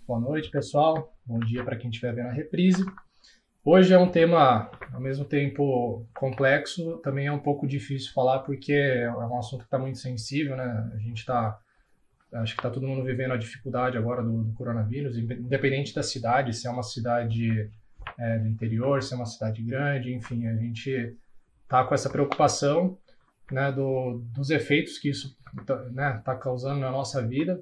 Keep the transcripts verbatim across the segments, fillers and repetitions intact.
Boa noite, pessoal. Bom dia para quem estiver vendo a reprise. Hoje é um tema, ao mesmo tempo, complexo, também é um pouco difícil falar porque é um assunto que está muito sensível, né? A gente está, acho que está todo mundo vivendo a dificuldade agora do, do coronavírus, independente da cidade, se é uma cidade é, do interior, se é uma cidade grande, enfim, a gente está com essa preocupação, né, do, dos efeitos que isso está, né, tá causando na nossa vida.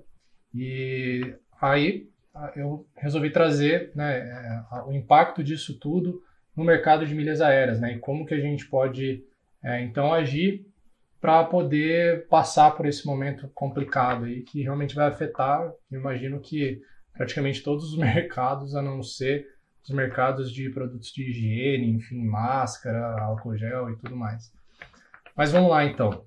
E aí eu resolvi trazer, né, o impacto disso tudo no mercado de milhas aéreas, né, e como que a gente pode é, então agir para poder passar por esse momento complicado aí que realmente vai afetar, eu imagino que praticamente todos os mercados, a não ser os mercados de produtos de higiene, enfim, máscara, álcool gel e tudo mais. Mas vamos lá, então.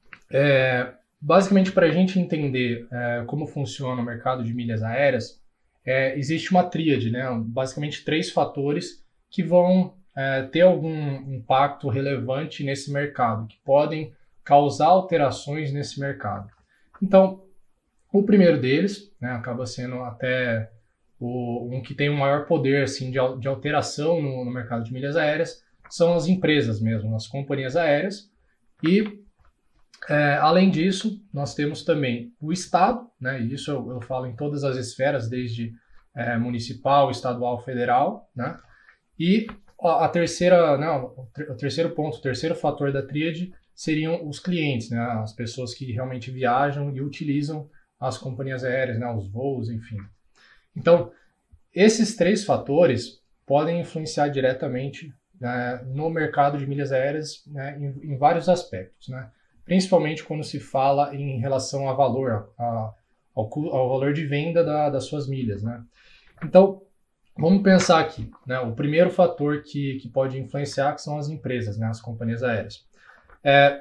É, basicamente, para a gente entender é, como funciona o mercado de milhas aéreas, é, existe uma tríade, né? Basicamente, três fatores que vão é, ter algum impacto relevante nesse mercado, que podem causar alterações nesse mercado. Então, o primeiro deles, né, acaba sendo até o, um que tem um maior poder assim, de, de alteração no, no mercado de milhas aéreas, são as empresas mesmo, as companhias aéreas. E, é, além disso, nós temos também o Estado, né, e isso eu, eu falo em todas as esferas, desde é, municipal, estadual, federal, né, e a terceira, não, o terceiro ponto, o terceiro fator da tríade seriam os clientes, né, as pessoas que realmente viajam e utilizam as companhias aéreas, né, os voos, enfim. Então, esses três fatores podem influenciar diretamente né, no mercado de milhas aéreas né, em, em vários aspectos, né? Principalmente quando se fala em relação a valor, a, ao, ao valor de venda da, das suas milhas, né? Então, vamos pensar aqui, né? O primeiro fator que, que pode influenciar que são as empresas, né, as companhias aéreas. É,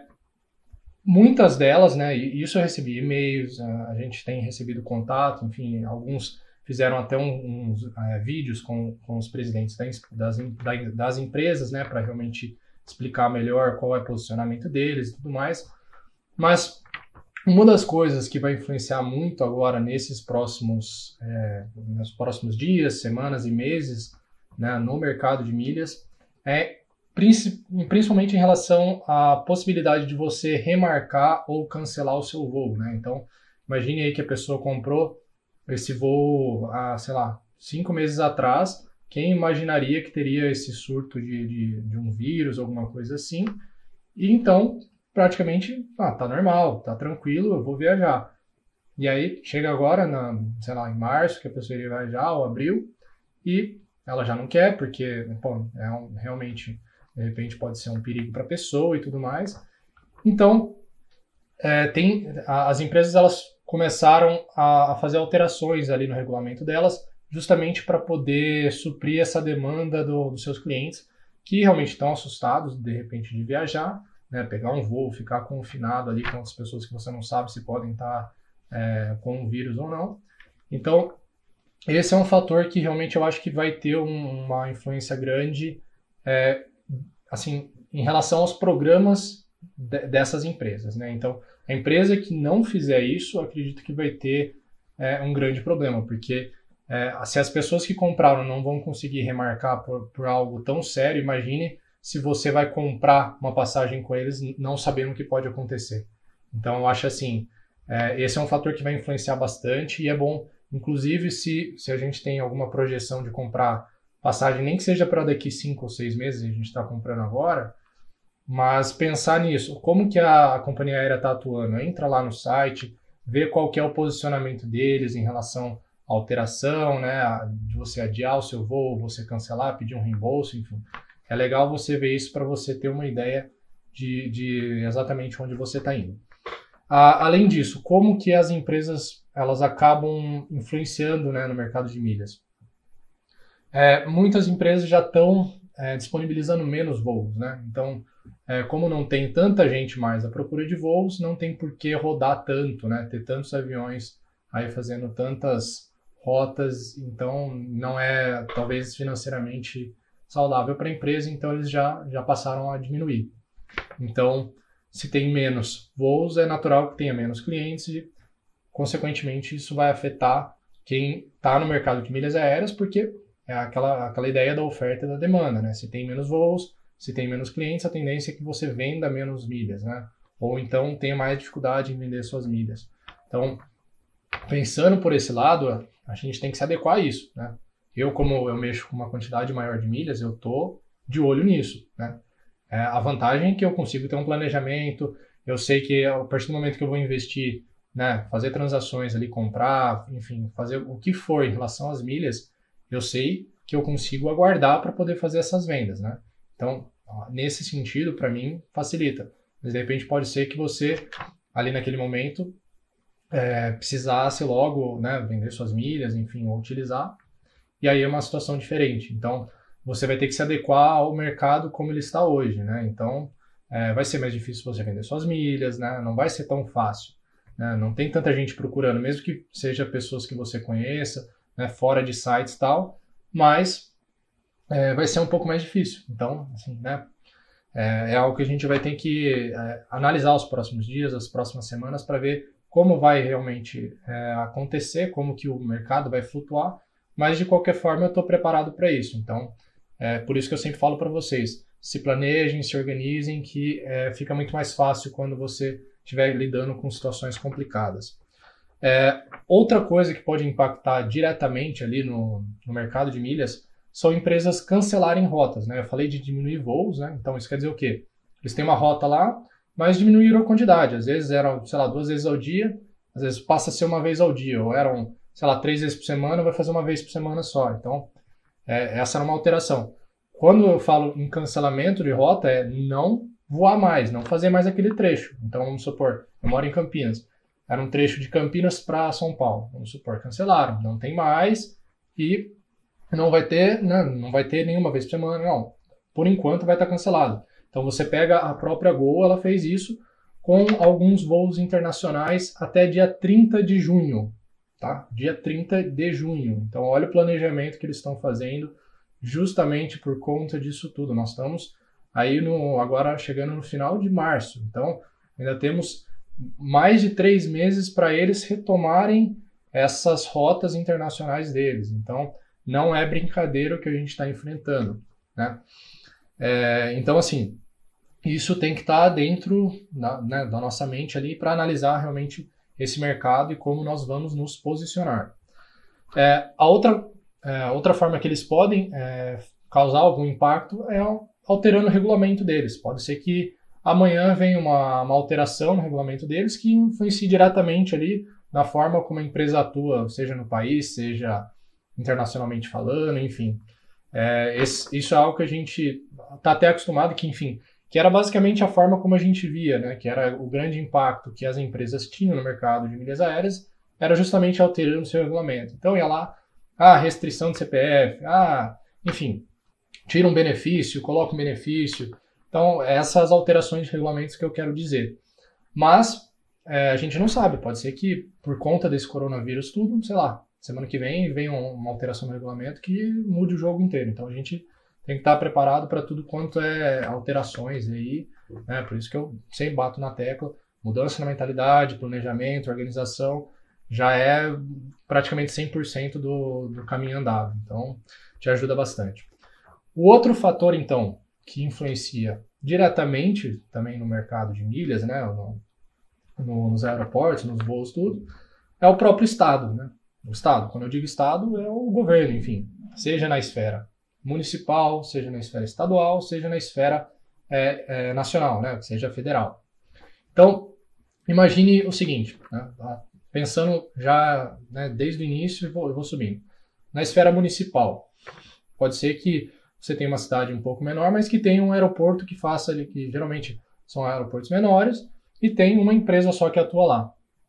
muitas delas, né, e isso eu recebi e-mails, a gente tem recebido contato, enfim, alguns fizeram até um, uns é, vídeos com, com os presidentes das, das empresas, né, para realmente explicar melhor qual é o posicionamento deles e tudo mais. Mas uma das coisas que vai influenciar muito agora nesses próximos, é, nos próximos dias, semanas e meses, né, no mercado de milhas é principalmente em relação à possibilidade de você remarcar ou cancelar o seu voo, né? Então, imagine aí que a pessoa comprou esse voo há, sei lá, cinco meses atrás, quem imaginaria que teria esse surto de, de, de um vírus, alguma coisa assim, e então, praticamente, ah, tá normal, tá tranquilo, eu vou viajar. E aí, chega agora, na, sei lá, em março, que a pessoa iria viajar, ou abril, e ela já não quer, porque, pô, é um, realmente, de repente, pode ser um perigo para a pessoa e tudo mais. Então, é, tem, as empresas, elas começaram a, a fazer alterações ali no regulamento delas, justamente para poder suprir essa demanda do, dos seus clientes, que realmente estão assustados, de repente, de viajar, né, pegar um voo, ficar confinado ali com as pessoas que você não sabe se podem estar é, com o vírus ou não. Então, esse é um fator que realmente eu acho que vai ter um, uma influência grande é, assim, em relação aos programas de, dessas empresas, né? Então, a empresa que não fizer isso, eu acredito que vai ter é, um grande problema, porque é, se as pessoas que compraram não vão conseguir remarcar por, por algo tão sério, imagine se você vai comprar uma passagem com eles não sabendo o que pode acontecer. Então, eu acho assim, é, esse é um fator que vai influenciar bastante e é bom, inclusive, se, se a gente tem alguma projeção de comprar passagem, nem que seja para daqui cinco ou seis meses, a gente está comprando agora, mas pensar nisso, como que a, a companhia aérea está atuando, entra lá no site, vê qual que é o posicionamento deles em relação à alteração, né, de você adiar o seu voo, você cancelar, pedir um reembolso, enfim. É legal você ver isso para você ter uma ideia de, de exatamente onde você está indo. Ah, além disso, como que as empresas elas acabam influenciando né, no mercado de milhas? É, muitas empresas já estão é, disponibilizando menos voos, né? Então, é, como não tem tanta gente mais à procura de voos, não tem por que rodar tanto, né? Ter tantos aviões aí fazendo tantas rotas, então não é talvez financeiramente saudável para a empresa, então eles já, já passaram a diminuir. Então, se tem menos voos, é natural que tenha menos clientes e, consequentemente, isso vai afetar quem está no mercado de milhas aéreas, porque é aquela, aquela ideia da oferta e da demanda, né? Se tem menos voos, se tem menos clientes, a tendência é que você venda menos milhas, né? Ou então tenha mais dificuldade em vender suas milhas. Então, pensando por esse lado, a gente tem que se adequar a isso, né? Eu, como eu mexo com uma quantidade maior de milhas, eu tô de olho nisso, né? É, a vantagem é que eu consigo ter um planejamento, eu sei que a partir do momento que eu vou investir, né, fazer transações ali, comprar, enfim, fazer o que for em relação às milhas, eu sei que eu consigo aguardar para poder fazer essas vendas, né? Então, nesse sentido, para mim, facilita. Mas, de repente, pode ser que você, ali naquele momento, é, precisasse logo, né, vender suas milhas, enfim, ou utilizar, e aí é uma situação diferente. Então, você vai ter que se adequar ao mercado como ele está hoje, né? Então, é, vai ser mais difícil você vender suas milhas, né? Não vai ser tão fácil, né? Não tem tanta gente procurando, mesmo que seja pessoas que você conheça, né, fora de sites e tal, mas é, vai ser um pouco mais difícil. Então, assim, né, é, é algo que a gente vai ter que é, analisar os próximos dias, as próximas semanas, para ver como vai realmente é, acontecer, como que o mercado vai flutuar, mas de qualquer forma eu estou preparado para isso. Então, é por isso que eu sempre falo para vocês, se planejem, se organizem, que é, fica muito mais fácil quando você estiver lidando com situações complicadas. É, outra coisa que pode impactar diretamente ali no, no mercado de milhas são empresas cancelarem rotas, né? Eu falei de diminuir voos, né? Então isso quer dizer o quê? Eles têm uma rota lá, mas diminuíram a quantidade. Às vezes eram, sei lá, duas vezes ao dia, às vezes passa a ser uma vez ao dia, ou eram, sei lá, três vezes por semana, vai fazer uma vez por semana só. Então, é, essa era uma alteração. Quando eu falo em cancelamento de rota, é não voar mais, não fazer mais aquele trecho. Então, vamos supor, eu moro em Campinas. Era um trecho de Campinas para São Paulo. Vamos supor, cancelaram. Não tem mais e não vai ter, né, não vai ter nenhuma vez por semana, não. Por enquanto vai estar cancelado. Então você pega a própria Gol, ela fez isso com alguns voos internacionais até dia trinta de junho. Tá? Dia trinta de junho. Então olha o planejamento que eles estão fazendo justamente por conta disso tudo. Nós estamos aí no, agora chegando no final de março. Então ainda temos mais de três meses para eles retomarem essas rotas internacionais deles. Então, não é brincadeira o que a gente está enfrentando, né? É, então, assim, isso tem que estar tá dentro da, né, da nossa mente ali para analisar realmente esse mercado e como nós vamos nos posicionar. É, a outra, é, a outra forma que eles podem é, causar algum impacto é alterando o regulamento deles. Pode ser que amanhã vem uma, uma alteração no regulamento deles que influencie diretamente ali na forma como a empresa atua, seja no país, seja internacionalmente falando, enfim. É, esse, isso é algo que a gente está até acostumado, que, enfim, que era basicamente a forma como a gente via, né, que era o grande impacto que as empresas tinham no mercado de milhas aéreas, era justamente alterando o seu regulamento. Então ia lá, ah, restrição de C P F, ah, enfim, tira um benefício, coloca um benefício. Então, essas alterações de regulamentos que eu quero dizer. Mas, é, a gente não sabe. Pode ser que, por conta desse coronavírus tudo, sei lá, semana que vem vem uma alteração no regulamento que mude o jogo inteiro. Então, a gente tem que estar preparado para tudo quanto é alterações aí, né? Por isso que eu sempre bato na tecla. Mudança na mentalidade, planejamento, organização, já é praticamente cem por cento do, do caminho andado. Então, te ajuda bastante. O outro fator, então, que influencia diretamente também no mercado de milhas, né, no, no, nos aeroportos, nos voos, tudo, é o próprio Estado, né? O Estado, quando eu digo Estado, é o governo, enfim, seja na esfera municipal, seja na esfera estadual, seja na esfera é, é, nacional, né, seja federal. Então, imagine o seguinte, né, pensando já, né, desde o início, eu vou, eu vou subindo. Na esfera municipal, pode ser que você tem uma cidade um pouco menor, mas que tem um aeroporto que faça ali, que geralmente são aeroportos menores, e tem uma empresa só que atua lá.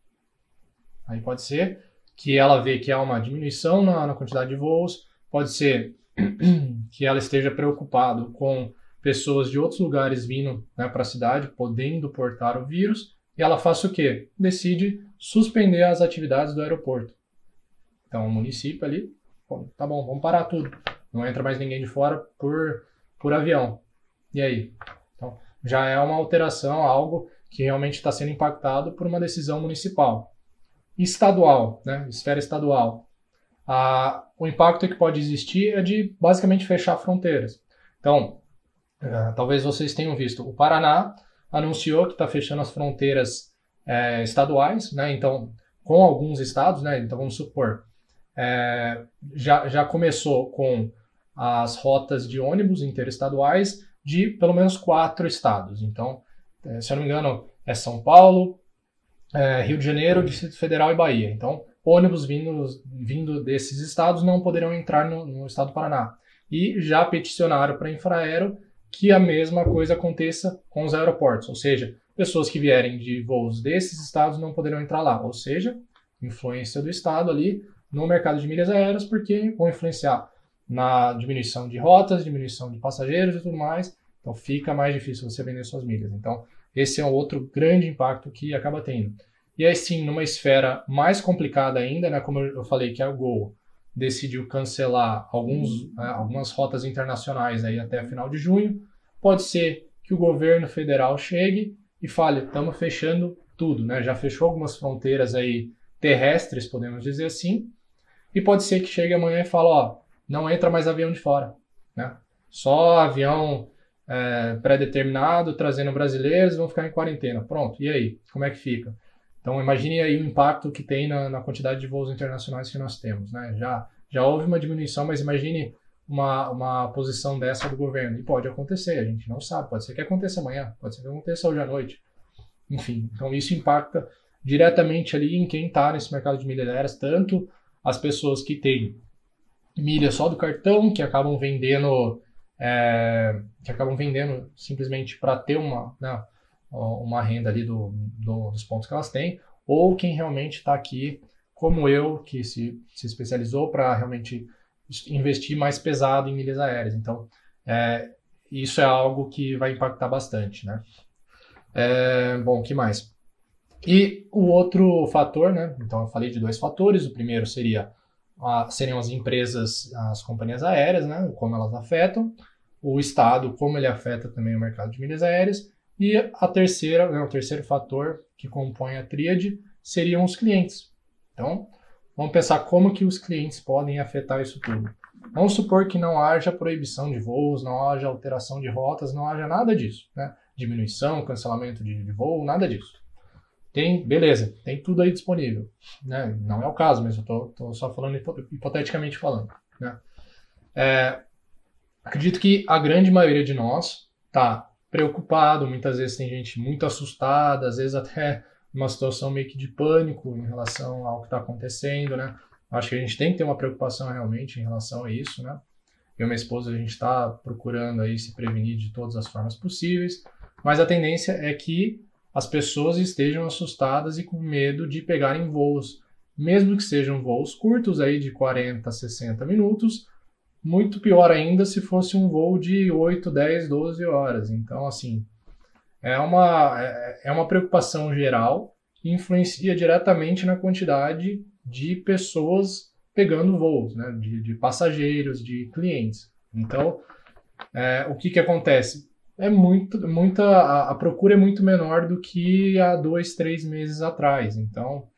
Aí pode ser que ela vê que há uma diminuição na, na quantidade de voos, pode ser que ela esteja preocupada com pessoas de outros lugares vindo, né, para a cidade, podendo portar o vírus, e ela faça o quê? Decide suspender as atividades do aeroporto. Então o município ali, bom, tá bom, vamos parar tudo. Não entra mais ninguém de fora por, por avião. E aí? Então, já é uma alteração, algo que realmente está sendo impactado por uma decisão municipal. Estadual, né? Esfera estadual. a, o impacto que pode existir é de basicamente fechar fronteiras. Então, é, talvez vocês tenham visto, o Paraná anunciou que está fechando as fronteiras é, estaduais, né? Então, com alguns estados, né? Então, vamos supor, é, já, já começou com as rotas de ônibus interestaduais de pelo menos quatro estados. Então, é, se eu não me engano, é São Paulo, é, Rio de Janeiro, Distrito Federal e Bahia. Então, ônibus vindo, vindo desses estados não poderão entrar no, no estado do Paraná. E já peticionaram para a Infraero que a mesma coisa aconteça com os aeroportos, ou seja, pessoas que vierem de voos desses estados não poderão entrar lá, ou seja, influência do estado ali no mercado de milhas aéreas, porque vão influenciar na diminuição de rotas, diminuição de passageiros e tudo mais, então fica mais difícil você vender suas milhas. Então, esse é um outro grande impacto que acaba tendo. E aí sim, numa esfera mais complicada ainda, né, como eu falei que a Gol decidiu cancelar alguns, né, algumas rotas internacionais aí até final de junho, pode ser que o governo federal chegue e fale, estamos fechando tudo, né? Já fechou algumas fronteiras aí terrestres, podemos dizer assim, e pode ser que chegue amanhã e fale, ó, não entra mais avião de fora, né? Só avião é, pré-determinado, trazendo brasileiros, vão ficar em quarentena. Pronto, e aí? Como é que fica? Então, imagine aí o impacto que tem na, na quantidade de voos internacionais que nós temos, né? Já, já houve uma diminuição, mas imagine uma, uma posição dessa do governo. E pode acontecer, a gente não sabe. Pode ser que aconteça amanhã, pode ser que aconteça hoje à noite. Enfim, então isso impacta diretamente ali em quem está nesse mercado de milhas aéreas, tanto as pessoas que têm milha só do cartão, que acabam vendendo, é, que acabam vendendo simplesmente para ter uma... né, uma renda ali do, do, dos pontos que elas têm, ou quem realmente está aqui, como eu, que se, se especializou para realmente investir mais pesado em milhas aéreas. Então, é, isso é algo que vai impactar bastante, né? É, bom, o que mais? E o outro fator, né? Então, eu falei de dois fatores. O primeiro seria a, seriam as empresas, as companhias aéreas, né? Como elas afetam. O Estado, como ele afeta também o mercado de milhas aéreas. E a terceira, né, o terceiro fator que compõe a tríade seriam os clientes. Então, vamos pensar como que os clientes podem afetar isso tudo. Vamos supor que não haja proibição de voos, não haja alteração de rotas, não haja nada disso, né? Diminuição, cancelamento de, de voo, nada disso. Tem, beleza, tem tudo aí disponível, né? Não é o caso, mas eu estou só falando hipoteticamente falando, né? É, acredito que a grande maioria de nós está preocupado, muitas vezes tem gente muito assustada, às vezes até uma situação meio que de pânico em relação ao que está acontecendo, né? Acho que a gente tem que ter uma preocupação realmente em relação a isso, né? Eu e minha esposa, a gente está procurando aí se prevenir de todas as formas possíveis, mas a tendência é que as pessoas estejam assustadas e com medo de pegarem voos, mesmo que sejam voos curtos aí de quarenta, sessenta minutos, muito pior ainda se fosse um voo de oito, dez, doze horas. Então, assim, é uma, é, é uma preocupação geral e influencia diretamente na quantidade de pessoas pegando voos, né? de, de passageiros, de clientes. Então, é, o que, que acontece? É muito, muita, a, a procura é muito menor do que há dois, três meses atrás. Então,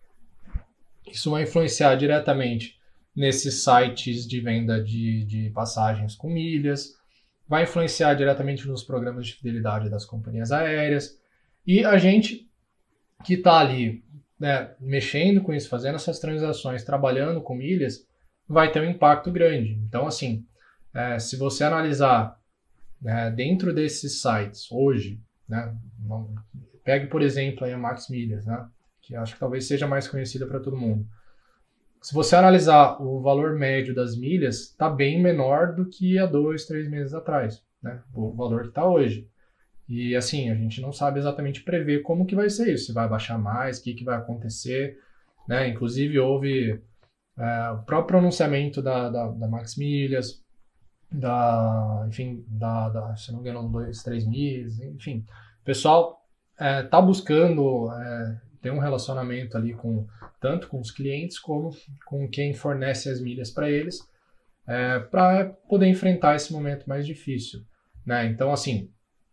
isso vai influenciar diretamente nesses sites de venda de, de passagens com milhas, vai influenciar diretamente nos programas de fidelidade das companhias aéreas, e a gente que está ali, né, mexendo com isso, fazendo essas transações, trabalhando com milhas, vai ter um impacto grande. Então, assim, é, se você analisar né, dentro desses sites hoje, né, pegue, por exemplo, aí a Max Milhas, né, que acho que talvez seja mais conhecida para todo mundo. Se você analisar o valor médio das milhas, está bem menor do que há dois, três meses atrás, né? O valor que está hoje. E assim, a gente não sabe exatamente prever como que vai ser isso, se vai baixar mais, o que, que vai acontecer, né? Inclusive houve é, o próprio pronunciamento da, da, da Max Milhas, da, enfim, da, da, se não me engano, dois, três milhas, enfim. O pessoal está é, buscando é, ter um relacionamento ali com tanto com os clientes como com quem fornece as milhas para eles, é, para poder enfrentar esse momento mais difícil, né? Então, assim,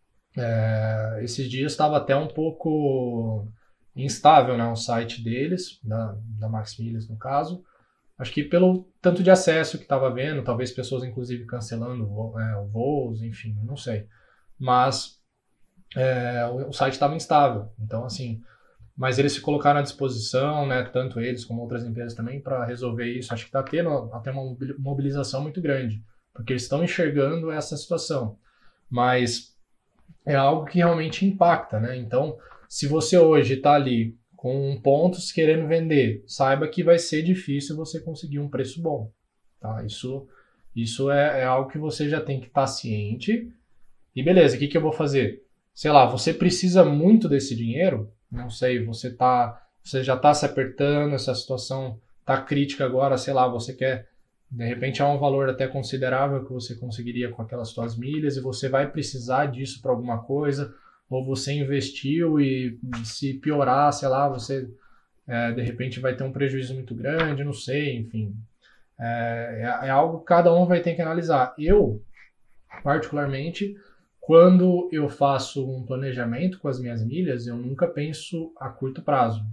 é, esses dias estava até um pouco instável, né, o site deles, da, da Max Milhas no caso, Acho que pelo tanto de acesso que estava vendo, talvez pessoas inclusive cancelando é, voos, enfim, não sei. Mas é, o, o site estava instável. Então, assim, mas eles se colocaram à disposição, né, tanto eles como outras empresas também, para resolver isso. Acho que está tendo até uma mobilização muito grande, porque eles estão enxergando essa situação. Mas é algo que realmente impacta, né? Então, se você hoje está ali com pontos querendo vender, saiba que vai ser difícil você conseguir um preço bom, tá? Isso, isso é, é algo que você já tem que estar ciente. E beleza, o que, que eu vou fazer? Sei lá, você precisa muito desse dinheiro? Não sei, você, tá, você já está se apertando, essa situação está crítica agora, sei lá, você quer, de repente é um valor até considerável que você conseguiria com aquelas suas milhas e você vai precisar disso para alguma coisa, ou você investiu e se piorar, sei lá, você é, de repente vai ter um prejuízo muito grande, não sei, enfim. É, é algo que cada um vai ter que analisar. Eu, particularmente, quando eu faço um planejamento com as minhas milhas, eu nunca penso a curto prazo.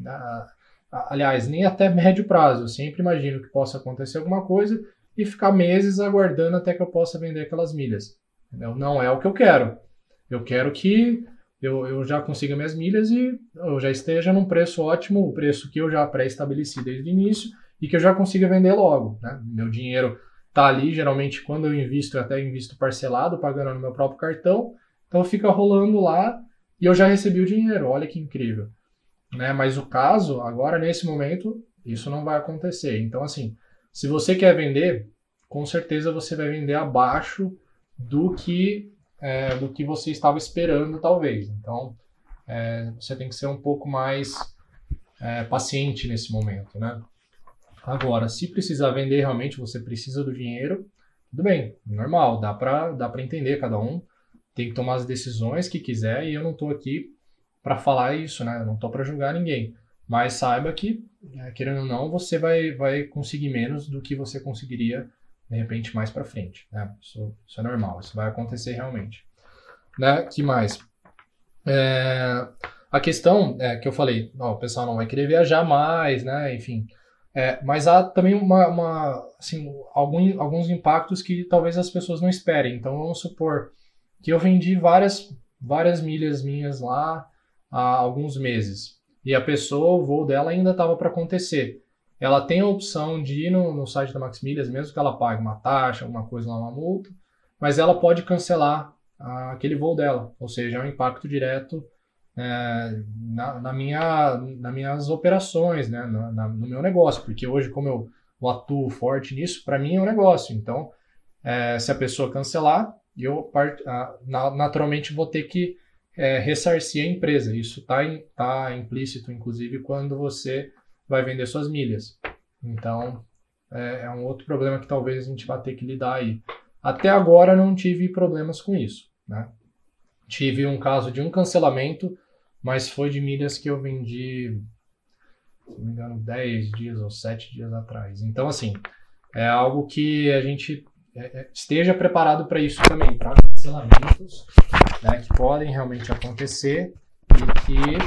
Aliás, nem até médio prazo. Eu sempre imagino que possa acontecer alguma coisa e ficar meses aguardando até que eu possa vender aquelas milhas. Não é o que eu quero. Eu quero que eu, eu já consiga minhas milhas e eu já esteja num preço ótimo, o preço que eu já pré-estabeleci desde o início e que eu já consiga vender logo, né? Meu dinheiro está ali, geralmente quando eu invisto, eu até invisto parcelado, pagando no meu próprio cartão, então fica rolando lá e eu já recebi o dinheiro, olha que incrível. Né? Mas o caso, agora nesse momento, isso não vai acontecer. Então assim, se você quer vender, com certeza você vai vender abaixo do que É, do que você estava esperando, talvez. Então, é, você tem que ser um pouco mais é, paciente nesse momento, né? Agora, se precisar vender, realmente você precisa do dinheiro, tudo bem, normal, dá para dá para entender, cada um tem que tomar as decisões que quiser e eu não estou aqui para falar isso, né? Eu não estou para julgar ninguém. Mas saiba que, querendo ou não, você vai, vai conseguir menos do que você conseguiria de repente mais para frente, né? Isso, isso é normal, isso vai acontecer realmente. Né? Que mais? É, a questão é que eu falei, ó, o pessoal não vai querer viajar mais, né? Enfim, é, mas há também uma, uma, assim, algum, alguns impactos que talvez as pessoas não esperem. Então vamos supor que eu vendi várias, várias milhas minhas lá há alguns meses e a pessoa, o voo dela ainda estava para acontecer. Ela tem a opção de ir no, no site da Max Milhas, mesmo que ela pague uma taxa, alguma coisa lá, uma multa, mas ela pode cancelar ah, aquele voo dela, ou seja, é um impacto direto é, na, na minha, nas minhas operações, né, na, na, no meu negócio, porque hoje, como eu, eu atuo forte nisso, para mim é um negócio, então é, se a pessoa cancelar, eu part, ah, naturalmente vou ter que é, ressarcir a empresa. Isso está tá implícito, inclusive, quando você vai vender suas milhas. Então, é, é um outro problema que talvez a gente vai ter que lidar aí. Até agora não tive problemas com isso, né? Tive um caso de um cancelamento, mas foi de milhas que eu vendi, se não me engano, dez dias ou sete dias atrás. Então, assim, é algo que a gente é, esteja preparado para isso também, para cancelamentos, né, que podem realmente acontecer e que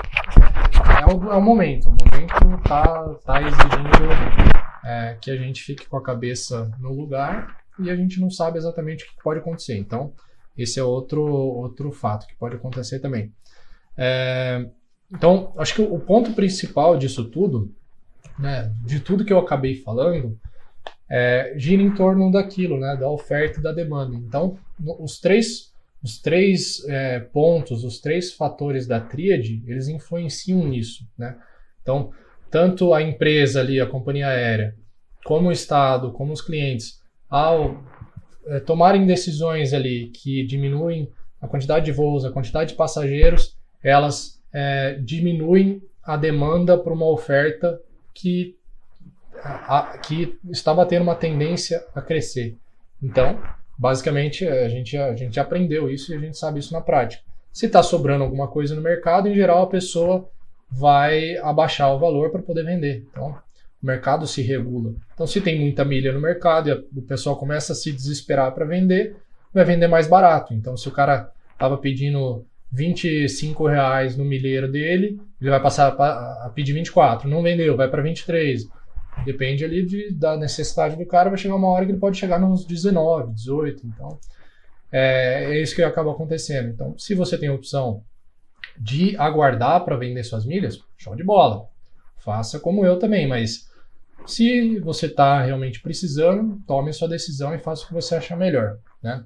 É o, é o momento, o momento está tá exigindo é, que a gente fique com a cabeça no lugar e a gente não sabe exatamente o que pode acontecer. Então, esse é outro, outro fato que pode acontecer também. É, então, acho que o ponto principal disso tudo, né, de tudo que eu acabei falando, é, gira em torno daquilo, né, da oferta e da demanda. Então, os três Os três é, pontos, os três fatores da tríade, eles influenciam nisso, né? Então, tanto a empresa ali, a companhia aérea, como o Estado, como os clientes, ao é, tomarem decisões ali que diminuem a quantidade de voos, a quantidade de passageiros, elas é, diminuem a demanda para uma oferta que, a, que estava tendo uma tendência a crescer. Então, basicamente, a gente, a gente aprendeu isso e a gente sabe isso na prática. Se está sobrando alguma coisa no mercado, em geral a pessoa vai abaixar o valor para poder vender. Então, o mercado se regula. Então, se tem muita milha no mercado e o pessoal começa a se desesperar para vender, vai vender mais barato. Então, se o cara estava pedindo vinte e cinco reais no milheiro dele, ele vai passar a pedir vinte e quatro. Não vendeu, vai para vinte e três. depende ali de, da necessidade do cara, vai chegar uma hora que ele pode chegar nos dezenove, dezoito, então é, é isso que acaba acontecendo. Então, se você tem a opção de aguardar para vender suas milhas, show de bola, faça como eu também, mas se você está realmente precisando, tome a sua decisão e faça o que você achar melhor, né?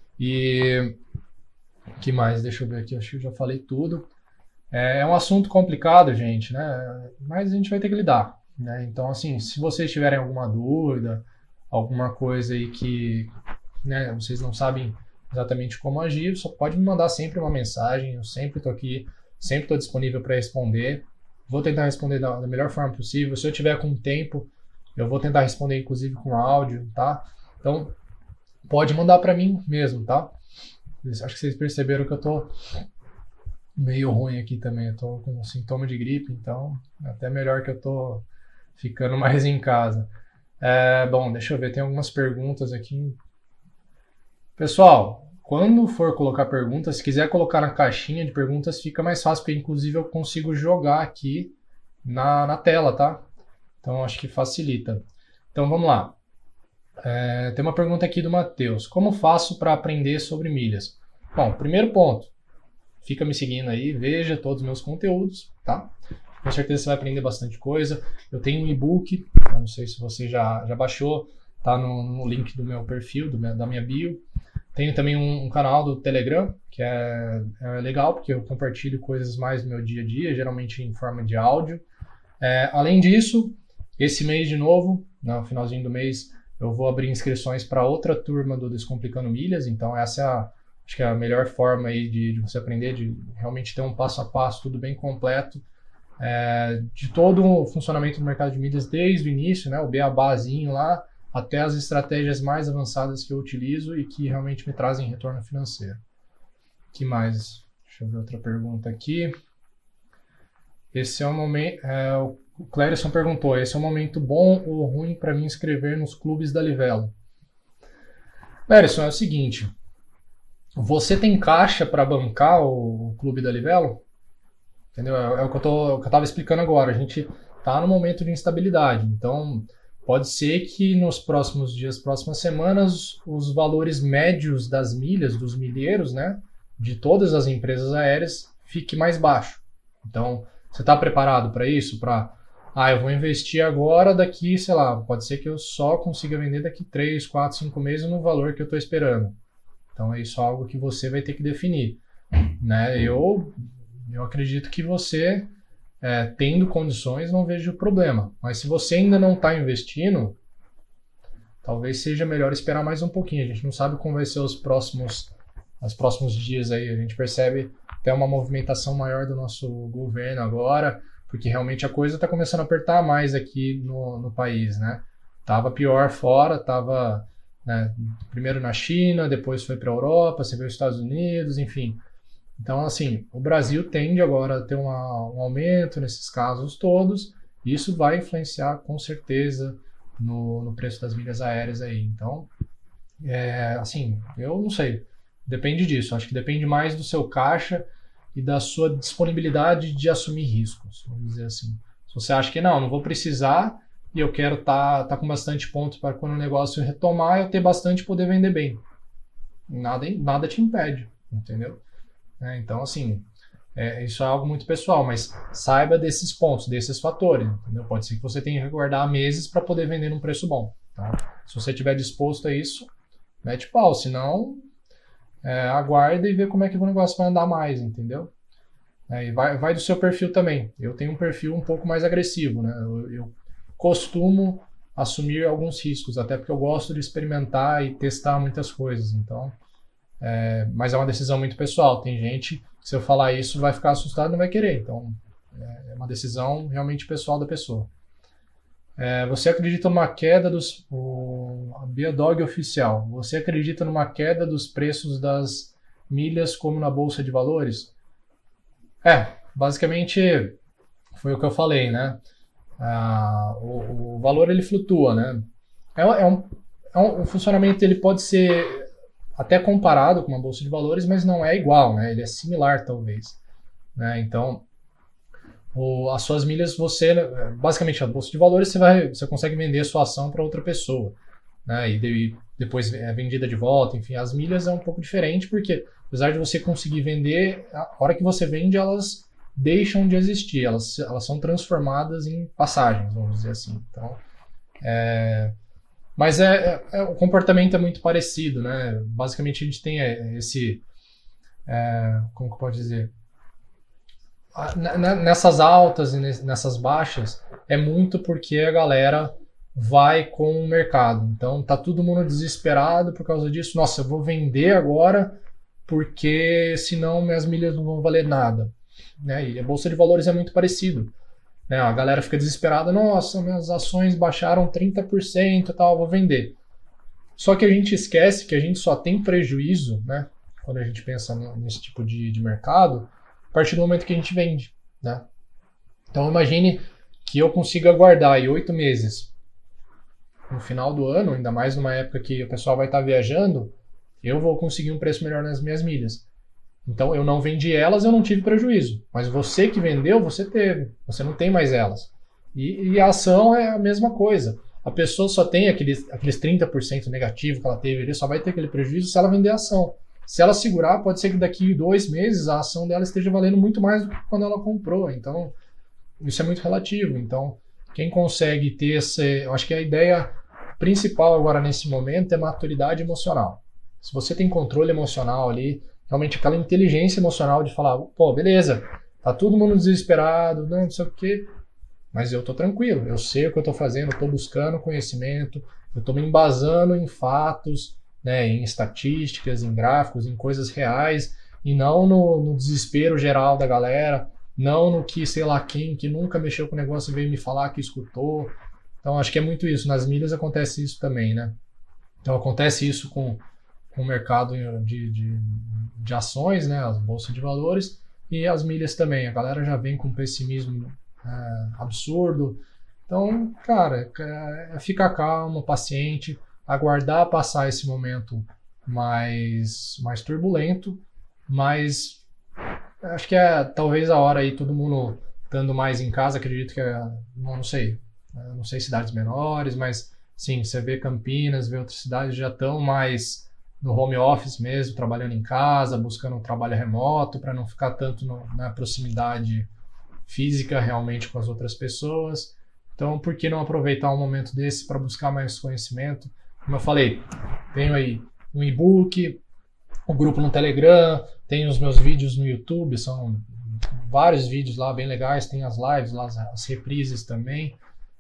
E que mais? Deixa eu ver aqui, acho que eu já falei tudo. É, é um assunto complicado, gente, né? Mas a gente vai ter que lidar, né? Então, assim, se vocês tiverem alguma dúvida, alguma coisa aí que, né, vocês não sabem exatamente como agir, só pode me mandar sempre uma mensagem. Eu sempre estou aqui, sempre estou disponível para responder. Vou tentar responder da, da melhor forma possível. Se eu tiver com tempo, eu vou tentar responder, inclusive, com áudio, tá? Então, pode mandar para mim mesmo, tá? Acho que vocês perceberam que eu tô meio ruim aqui também. Eu tô com sintoma de gripe, então é até melhor que eu tô ficando mais em casa. É, bom, deixa eu ver, tem algumas perguntas aqui. Pessoal, quando for colocar perguntas, se quiser colocar na caixinha de perguntas, fica mais fácil, porque inclusive eu consigo jogar aqui na, na tela, tá? Então acho que facilita. Então vamos lá. É, tem uma pergunta aqui do Matheus. Como faço para aprender sobre milhas? Bom, primeiro ponto, fica me seguindo aí, veja todos os meus conteúdos, tá? Com certeza você vai aprender bastante coisa. Eu tenho um e-book, não sei se você já, já baixou, tá no, no link do meu perfil, do meu, da minha bio. Tenho também um, um canal do Telegram, que é, é legal, porque eu compartilho coisas mais do meu dia a dia, geralmente em forma de áudio. É, além disso, esse mês de novo, no finalzinho do mês, eu vou abrir inscrições para outra turma do Descomplicando Milhas, então essa é a, acho que é a melhor forma aí de, de você aprender, de realmente ter um passo a passo, tudo bem completo, é, de todo o funcionamento do mercado de milhas desde o início, né, o beabazinho lá, até as estratégias mais avançadas que eu utilizo e que realmente me trazem retorno financeiro. O que mais? Deixa eu ver outra pergunta aqui. Esse é o momento... É, o Clérison perguntou, esse é um momento bom ou ruim para me inscrever nos clubes da Livelo? Clérison, é o seguinte, você tem caixa para bancar o, o clube da Livelo? Entendeu? É, é o que eu tô, que eu estava explicando agora. A gente está no momento de instabilidade, então pode ser que nos próximos dias, próximas semanas, os valores médios das milhas, dos milheiros, né, de todas as empresas aéreas, fique mais baixo. Então, você está preparado para isso? Para Ah, eu vou investir agora, daqui, sei lá, pode ser que eu só consiga vender daqui três, quatro, cinco meses no valor que eu estou esperando. Então é isso algo que você vai ter que definir, né? Eu, eu acredito que você, é, tendo condições, não vejo problema. Mas se você ainda não está investindo, talvez seja melhor esperar mais um pouquinho. A gente não sabe como vai ser os próximos, os próximos dias aí. A gente percebe até uma movimentação maior do nosso governo agora, porque realmente a coisa está começando a apertar mais aqui no, no país, né? Tava pior fora, tava, né, primeiro na China, depois foi para a Europa, você veio os Estados Unidos, enfim. Então, assim, o Brasil tende agora a ter uma, um aumento nesses casos todos, e isso vai influenciar com certeza no, no preço das milhas aéreas aí. Então, é, assim, eu não sei, depende disso, acho que depende mais do seu caixa e da sua disponibilidade de assumir riscos, vamos dizer assim. Se você acha que não, não vou precisar e eu quero estar tá, tá com bastante pontos para quando o negócio retomar, eu ter bastante e poder vender bem. Nada, nada te impede, entendeu? É, então, assim, é, isso é algo muito pessoal, mas saiba desses pontos, desses fatores, entendeu? Pode ser que você tenha que guardar meses para poder vender num preço bom, tá? Se você estiver disposto a isso, mete pau, senão... É, aguarda e vê como é que o negócio vai andar mais, entendeu? É, e vai, vai do seu perfil também. Eu tenho um perfil um pouco mais agressivo, né? Eu, eu costumo assumir alguns riscos, até porque eu gosto de experimentar e testar muitas coisas. Então, é, mas é uma decisão muito pessoal. Tem gente que se eu falar isso vai ficar assustado e não vai querer. Então, é uma decisão realmente pessoal da pessoa. É, você acredita numa queda dos... O, a Biodog oficial. Você acredita numa queda dos preços das milhas como na Bolsa de Valores? É, basicamente foi o que eu falei, né? Ah, o, o valor ele flutua, né? É, é um, é um, o funcionamento ele pode ser até comparado com uma Bolsa de Valores, mas não é igual, né? Ele é similar, talvez. Né? Então, o, as suas milhas, você, basicamente, a bolsa de valores, você, vai, você consegue vender a sua ação para outra pessoa, né? E, de, e depois é vendida de volta. Enfim, as milhas é um pouco diferente, porque apesar de você conseguir vender, a hora que você vende, elas deixam de existir, elas, elas são transformadas em passagens, vamos dizer assim. Então, é, mas é, é, o comportamento é muito parecido, né? Basicamente, a gente tem esse, é, como que eu posso dizer? Nessas altas e nessas baixas, é muito porque a galera vai com o mercado. Então tá todo mundo desesperado por causa disso. Nossa, eu vou vender agora porque senão minhas milhas não vão valer nada. Né? E a bolsa de valores é muito parecido. Né? A galera fica desesperada. Nossa, minhas ações baixaram trinta por cento e tal, eu vou vender. Só que a gente esquece que a gente só tem prejuízo, né? Quando a gente pensa nesse tipo de, de mercado, a partir do momento que a gente vende, né? Então imagine que eu consiga guardar aí oito meses no final do ano, ainda mais numa época que o pessoal vai estar viajando, eu vou conseguir um preço melhor nas minhas milhas. Então eu não vendi elas, eu não tive prejuízo. Mas você que vendeu, você teve. Você não tem mais elas. E, e a ação é a mesma coisa. A pessoa só tem aqueles, aqueles trinta por cento negativo que ela teve ali, só vai ter aquele prejuízo se ela vender a ação. Se ela segurar, pode ser que daqui dois meses a ação dela esteja valendo muito mais do que quando ela comprou. Então, isso é muito relativo. Então, quem consegue ter esse... Eu acho que a ideia principal agora nesse momento é maturidade emocional. Se você tem controle emocional ali, realmente aquela inteligência emocional de falar, pô, beleza, tá todo mundo desesperado, não sei o quê, mas eu tô tranquilo, eu sei o que eu tô fazendo, eu tô buscando conhecimento, eu tô me embasando em fatos, né, em estatísticas, em gráficos, em coisas reais, e não no, no desespero geral da galera, não no que, sei lá, quem que nunca mexeu com o negócio veio me falar que escutou. Então, acho que é muito isso. Nas milhas acontece isso também, né? Então, acontece isso com, com o mercado de, de, de ações, né, as bolsas de valores, e as milhas também. A galera já vem com um pessimismo é, absurdo. Então, cara, é ficar calmo, paciente, aguardar passar esse momento mais, mais turbulento, mas acho que é talvez a hora aí, todo mundo estando mais em casa, acredito que é, não, não sei, não sei cidades menores, mas sim, você vê Campinas, vê outras cidades já estão mais no home office mesmo, trabalhando em casa, buscando um trabalho remoto para não ficar tanto no, na proximidade física realmente com as outras pessoas. Então, por que não aproveitar um momento desse para buscar mais conhecimento? Como eu falei, tenho aí um e-book, o grupo no Telegram, tenho os meus vídeos no YouTube, são vários vídeos lá bem legais, tem as lives, lá, as reprises também.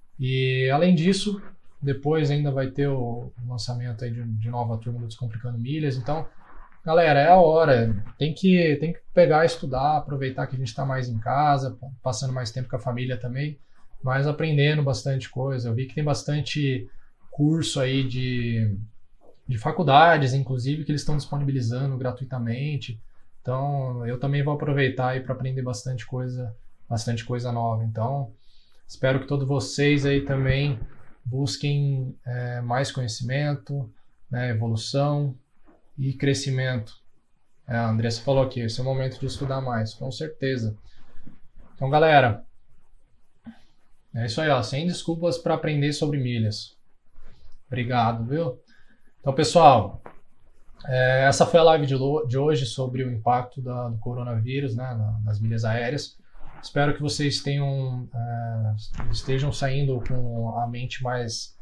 E além disso, depois ainda vai ter o lançamento aí de, de nova turma do Descomplicando Milhas. Então, galera, é a hora, tem que, tem que pegar e estudar, aproveitar que a gente está mais em casa, passando mais tempo com a família também, mas aprendendo bastante coisa. Eu vi que tem bastante curso aí de, de faculdades, inclusive, que eles estão disponibilizando gratuitamente. Então, eu também vou aproveitar aí para aprender bastante coisa, bastante coisa nova. Então, espero que todos vocês aí também busquem é, mais conhecimento, né, evolução e crescimento. É, a Andressa falou aqui, esse é o momento de estudar mais, com certeza. Então, galera, é isso aí, ó, sem desculpas para aprender sobre milhas. Obrigado, viu? Então, pessoal, é, essa foi a live de, de hoje sobre o impacto da, do coronavírus, né, nas milhas aéreas. Espero que vocês tenham, é, estejam saindo com a mente mais,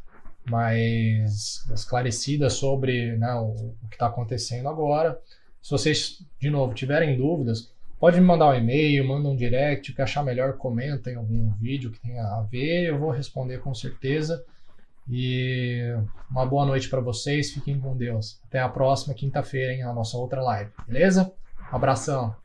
mais esclarecida sobre, né, o, o que está acontecendo agora. Se vocês, de novo, tiverem dúvidas, pode me mandar um e-mail, manda um direct, o que achar melhor, comenta em algum vídeo que tenha a ver, eu vou responder com certeza. E uma boa noite para vocês, fiquem com Deus. Até a próxima quinta-feira, hein, a nossa outra live, beleza? Um abração!